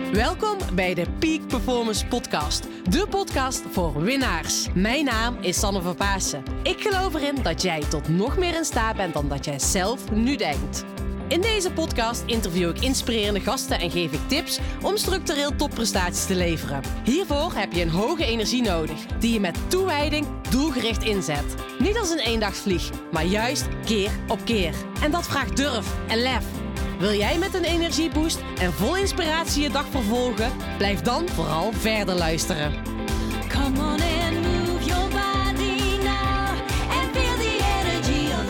Welkom bij de Peak Performance Podcast. De podcast voor winnaars. Mijn naam is Sanne van Paassen. Ik geloof erin dat jij tot nog meer in staat bent dan dat jij zelf nu denkt. In deze podcast interview ik inspirerende gasten en geef ik tips om structureel topprestaties te leveren. Hiervoor heb je een hoge energie nodig, die je met toewijding doelgericht inzet. Niet als een eendagsvlieg, maar juist keer op keer. En dat vraagt durf en lef. Wil jij met een energieboost en vol inspiratie je dag vervolgen? Blijf dan vooral verder luisteren. Come on and move your body now and feel the energy of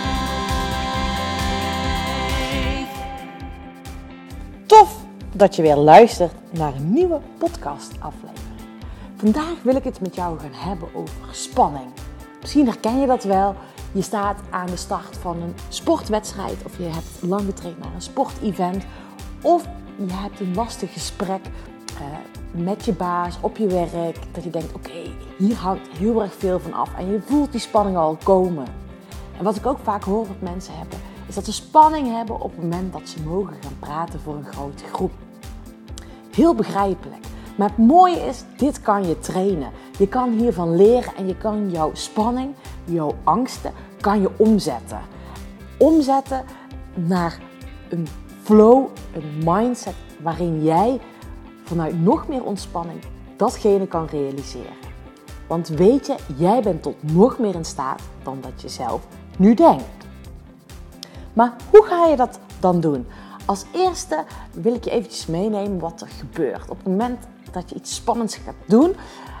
life. Tof dat je weer luistert naar een nieuwe podcastaflevering. Vandaag wil ik het met jou gaan hebben over spanning. Misschien herken je dat wel. Je staat aan de start van een sportwedstrijd of je hebt lang getraind naar een sportevent. Of je hebt een lastig gesprek met je baas op je werk. Dat je denkt, oké, hier hangt heel erg veel van af. En je voelt die spanning al komen. En wat ik ook vaak hoor wat mensen hebben, is dat ze spanning hebben op het moment dat ze mogen gaan praten voor een grote groep. Heel begrijpelijk. Maar het mooie is, dit kan je trainen. Je kan hiervan leren en je kan jouw spanning, jouw angsten, kan je omzetten. Omzetten naar een flow, een mindset waarin jij vanuit nog meer ontspanning datgene kan realiseren. Want weet je, jij bent tot nog meer in staat dan dat je zelf nu denkt. Maar hoe ga je dat dan doen? Als eerste wil ik je eventjes meenemen wat er gebeurt. Op het moment dat je iets spannends gaat doen,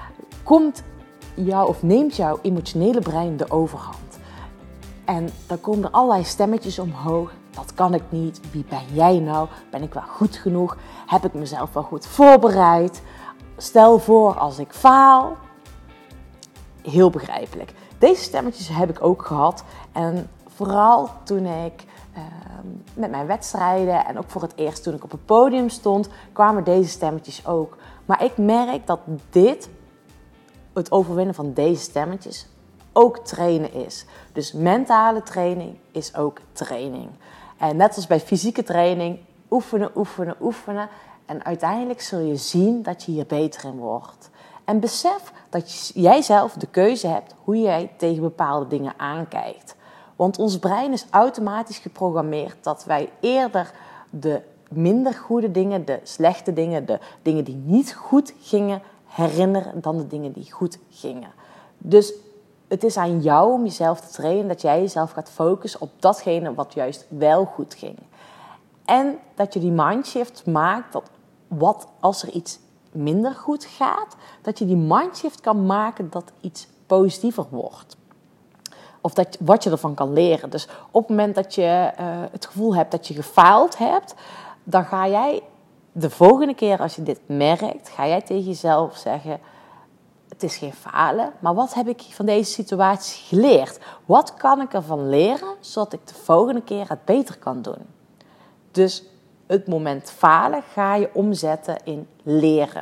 neemt jouw emotionele brein de overhand. En dan komen er allerlei stemmetjes omhoog. Dat kan ik niet. Wie ben jij nou? Ben ik wel goed genoeg? Heb ik mezelf wel goed voorbereid? Stel voor als ik faal. Heel begrijpelijk. Deze stemmetjes heb ik ook gehad. En vooral toen ik met mijn wedstrijden en ook voor het eerst toen ik op het podium stond, kwamen deze stemmetjes ook. Maar ik merk dat het overwinnen van deze stemmetjes, ook trainen is. Dus mentale training is ook training. En net als bij fysieke training, oefenen, oefenen, oefenen. En uiteindelijk zul je zien dat je hier beter in wordt. En besef dat jij zelf de keuze hebt hoe jij tegen bepaalde dingen aankijkt. Want ons brein is automatisch geprogrammeerd dat wij eerder de minder goede dingen, de slechte dingen, de dingen die niet goed gingen, herinneren dan de dingen die goed gingen. Dus het is aan jou om jezelf te trainen, dat jij jezelf gaat focussen op datgene wat juist wel goed ging. En dat je die mindshift maakt, dat wat als er iets minder goed gaat, dat je die mindshift kan maken dat iets positiever wordt. Of wat je ervan kan leren. Dus op het moment dat je het gevoel hebt dat je gefaald hebt, dan ga jij de volgende keer als je dit merkt, ga jij tegen jezelf zeggen, het is geen falen, maar wat heb ik van deze situatie geleerd? Wat kan ik ervan leren, zodat ik de volgende keer het beter kan doen? Dus het moment falen ga je omzetten in leren.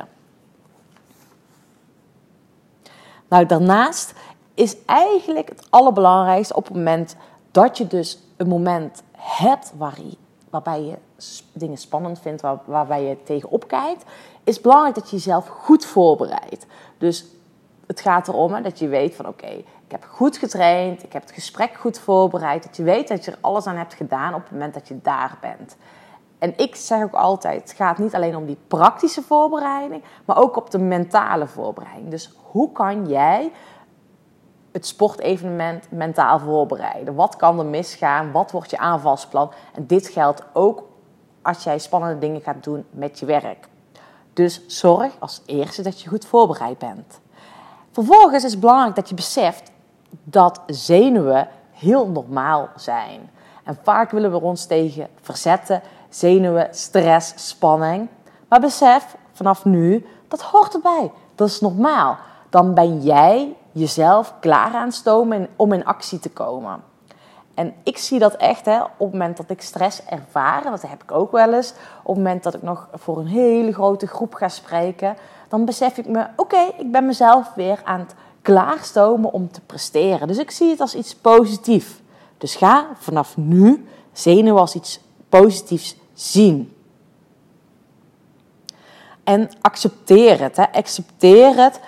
Nou, daarnaast is eigenlijk het allerbelangrijkste op het moment dat je dus een moment hebt waarbij je dingen spannend vindt, waarbij je tegenop kijkt, is belangrijk dat je jezelf goed voorbereidt. Dus het gaat erom dat je weet van oké, ik heb goed getraind, ik heb het gesprek goed voorbereid, dat je weet dat je er alles aan hebt gedaan op het moment dat je daar bent. En ik zeg ook altijd, het gaat niet alleen om die praktische voorbereiding, maar ook op de mentale voorbereiding. Dus hoe kan jij het sportevenement mentaal voorbereiden? Wat kan er misgaan? Wat wordt je aanvalsplan? En dit geldt ook als jij spannende dingen gaat doen met je werk. Dus zorg als eerste dat je goed voorbereid bent. Vervolgens is het belangrijk dat je beseft dat zenuwen heel normaal zijn. En vaak willen we ons tegen verzetten. Zenuwen, stress, spanning. Maar besef vanaf nu, dat hoort erbij. Dat is normaal. Dan ben jij jezelf klaar aan het stomen om in actie te komen. En ik zie dat echt op het moment dat ik stress ervaar, dat heb ik ook wel eens. Op het moment dat ik nog voor een hele grote groep ga spreken, dan besef ik me, oké, ik ben mezelf weer aan het klaarstomen om te presteren. Dus ik zie het als iets positiefs. Dus ga vanaf nu zenuwen als iets positiefs zien. En accepteer het. Hè. Accepteer het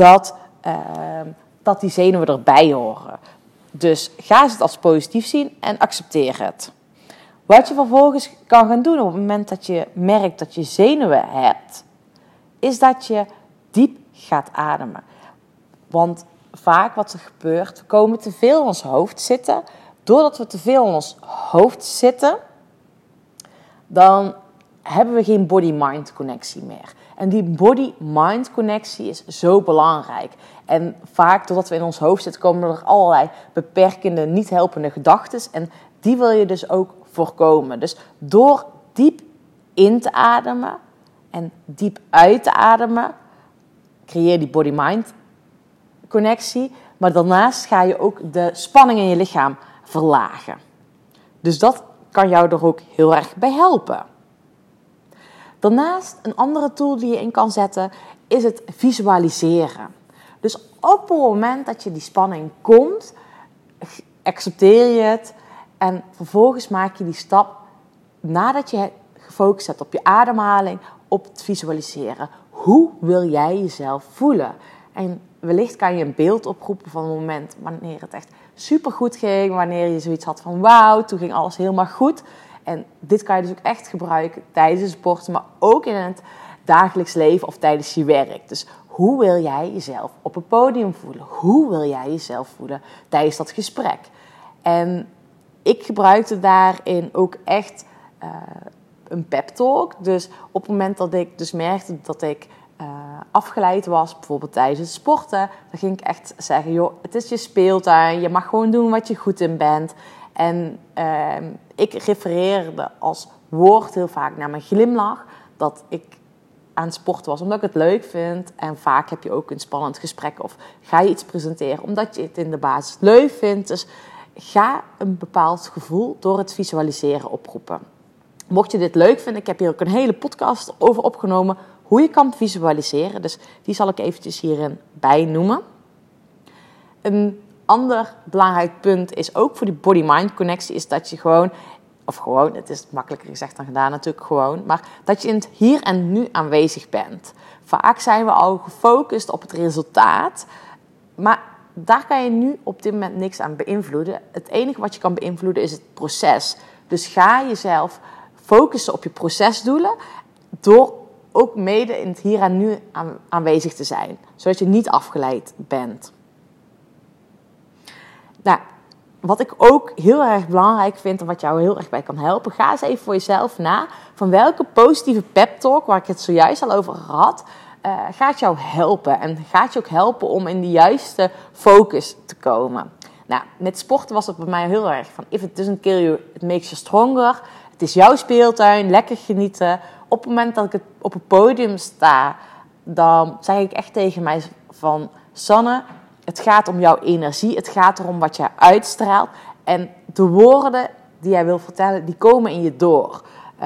dat die zenuwen erbij horen. Dus ga het als positief zien en accepteer het. Wat je vervolgens kan gaan doen op het moment dat je merkt dat je zenuwen hebt, is dat je diep gaat ademen. Want vaak wat er gebeurt, we komen te veel in ons hoofd zitten. Doordat we te veel in ons hoofd zitten, dan hebben we geen body-mind connectie meer. En die body-mind connectie is zo belangrijk. En vaak doordat we in ons hoofd zitten, komen er allerlei beperkende, niet helpende gedachten. En die wil je dus ook voorkomen. Dus door diep in te ademen en diep uit te ademen, creëer die body-mind connectie. Maar daarnaast ga je ook de spanning in je lichaam verlagen. Dus dat kan jou er ook heel erg bij helpen. Daarnaast, een andere tool die je in kan zetten, is het visualiseren. Dus op het moment dat je die spanning komt, accepteer je het. En vervolgens maak je die stap, nadat je gefocust hebt op je ademhaling, op het visualiseren. Hoe wil jij jezelf voelen? En wellicht kan je een beeld oproepen van het moment wanneer het echt supergoed ging. Wanneer je zoiets had van wauw, toen ging alles helemaal goed. En dit kan je dus ook echt gebruiken tijdens het sporten, maar ook in het dagelijks leven of tijdens je werk. Dus hoe wil jij jezelf op het podium voelen? Hoe wil jij jezelf voelen tijdens dat gesprek? En ik gebruikte daarin ook echt een pep talk. Dus op het moment dat ik dus merkte dat ik afgeleid was, bijvoorbeeld tijdens het sporten, dan ging ik echt zeggen, joh, het is je speeltuin, je mag gewoon doen wat je goed in bent. En ik refereerde als woord heel vaak naar mijn glimlach, dat ik aan het sporten was, omdat ik het leuk vind. En vaak heb je ook een spannend gesprek of ga je iets presenteren, omdat je het in de basis leuk vindt. Dus ga een bepaald gevoel door het visualiseren oproepen. Mocht je dit leuk vinden, ik heb hier ook een hele podcast over opgenomen, hoe je kan visualiseren. Dus die zal ik eventjes hierin bij noemen. Een ander belangrijk punt is ook voor die body-mind connectie, is dat je gewoon, het is makkelijker gezegd dan gedaan natuurlijk gewoon, maar dat je in het hier en nu aanwezig bent. Vaak zijn we al gefocust op het resultaat, maar daar kan je nu op dit moment niks aan beïnvloeden. Het enige wat je kan beïnvloeden is het proces. Dus ga jezelf focussen op je procesdoelen door ook mede in het hier en nu aanwezig te zijn, zodat je niet afgeleid bent. Nou, wat ik ook heel erg belangrijk vind en wat jou heel erg bij kan helpen, ga eens even voor jezelf na van welke positieve pep talk, waar ik het zojuist al over had, gaat jou helpen. En gaat je ook helpen om in de juiste focus te komen. Nou, met sporten was het bij mij heel erg van, if it doesn't kill you, it makes you stronger. Het is jouw speeltuin, lekker genieten. Op het moment dat ik op het podium sta, dan zeg ik echt tegen mij van, Sanne, het gaat om jouw energie. Het gaat erom wat jij uitstraalt. En de woorden die jij wil vertellen, die komen in je door.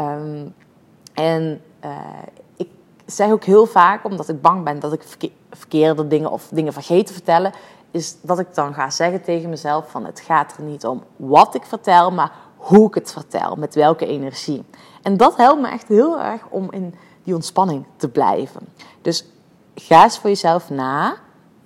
Ik zeg ook heel vaak, omdat ik bang ben dat ik verkeerde dingen of dingen vergeet te vertellen, is dat ik dan ga zeggen tegen mezelf van, het gaat er niet om wat ik vertel, maar hoe ik het vertel, met welke energie. En dat helpt me echt heel erg om in die ontspanning te blijven. Dus ga eens voor jezelf na.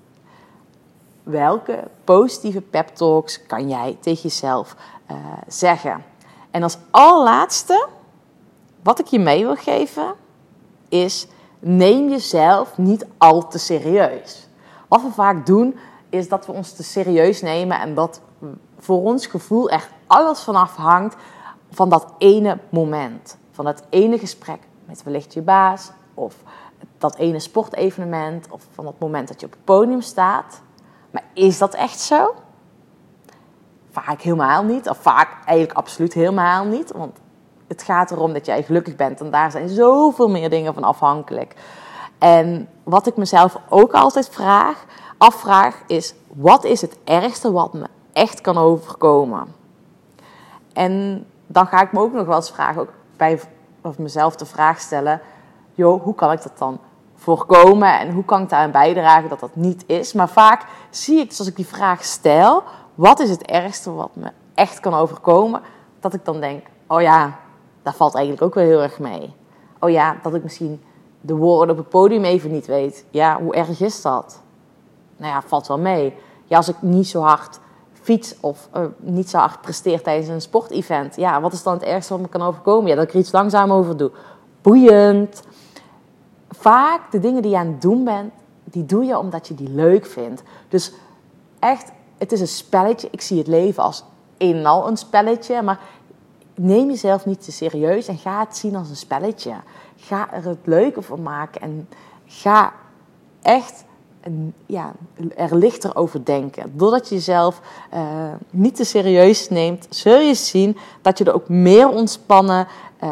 Welke positieve pep talks kan jij tegen jezelf zeggen? En als allerlaatste, wat ik je mee wil geven, is neem jezelf niet al te serieus. Wat we vaak doen, is dat we ons te serieus nemen en dat voor ons gevoel echt alles vanaf hangt van dat ene moment. Van dat ene gesprek met wellicht je baas of dat ene sportevenement of van dat moment dat je op het podium staat. Maar is dat echt zo? Vaak helemaal niet. Of vaak eigenlijk absoluut helemaal niet. Want het gaat erom dat jij gelukkig bent. En daar zijn zoveel meer dingen van afhankelijk. En wat ik mezelf ook altijd afvraag is, wat is het ergste wat me echt kan overkomen? En dan ga ik me ook nog wel eens vragen, ook bij mezelf de vraag stellen, joh, hoe kan ik dat dan voorkomen en hoe kan ik daarin bijdragen dat dat niet is? Maar vaak zie ik, dus als ik die vraag stel, wat is het ergste wat me echt kan overkomen, dat ik dan denk, oh ja, dat valt eigenlijk ook wel heel erg mee. Oh ja, dat ik misschien de woorden op het podium even niet weet. Ja, hoe erg is dat? Nou ja, valt wel mee. Ja, als ik niet zo hard fiets of niet zo hard presteer tijdens een sportevent. Ja, wat is dan het ergste wat me kan overkomen? Ja, dat ik er iets langzaam over doe. Boeiend. Vaak de dingen die je aan het doen bent, die doe je omdat je die leuk vindt. Dus echt, het is een spelletje. Ik zie het leven als een en al een spelletje. Maar neem jezelf niet te serieus en ga het zien als een spelletje. Ga er het leuke van maken en ga echt er lichter over denken. Doordat je jezelf niet te serieus neemt, zul je zien dat je er ook meer ontspannen,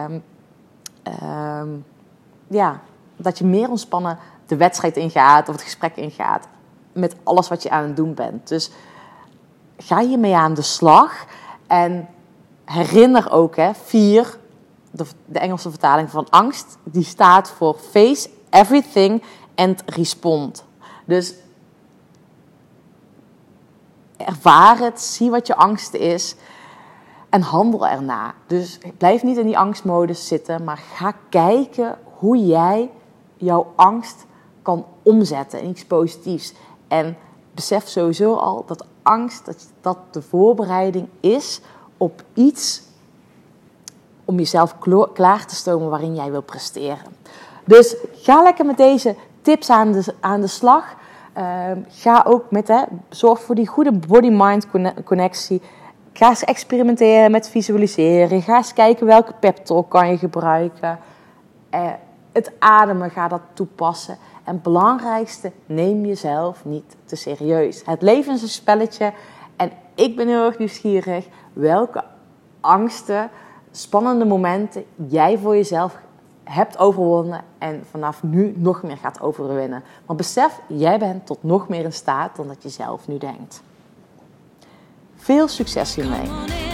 dat je meer ontspannen de wedstrijd ingaat of het gesprek ingaat met alles wat je aan het doen bent. Dus ga hiermee aan de slag en herinner ook, fear, de Engelse vertaling van angst, die staat voor face everything and respond. Dus ervaar het, zie wat je angst is en handel erna. Dus blijf niet in die angstmodus zitten, maar ga kijken hoe jij jouw angst kan omzetten in iets positiefs. En besef sowieso al dat angst, dat de voorbereiding is op iets om jezelf klaar te stomen waarin jij wil presteren. Dus ga lekker met deze tips aan de slag. Ga ook zorg voor die goede body-mind connectie. Ga eens experimenteren met visualiseren. Ga eens kijken welke pep talk kan je gebruiken. Het ademen, ga dat toepassen. En het belangrijkste, neem jezelf niet te serieus. Het leven is een spelletje. En ik ben heel erg nieuwsgierig welke angsten, spannende momenten jij voor jezelf hebt overwonnen en vanaf nu nog meer gaat overwinnen. Maar besef, jij bent tot nog meer in staat dan dat je zelf nu denkt. Veel succes hiermee.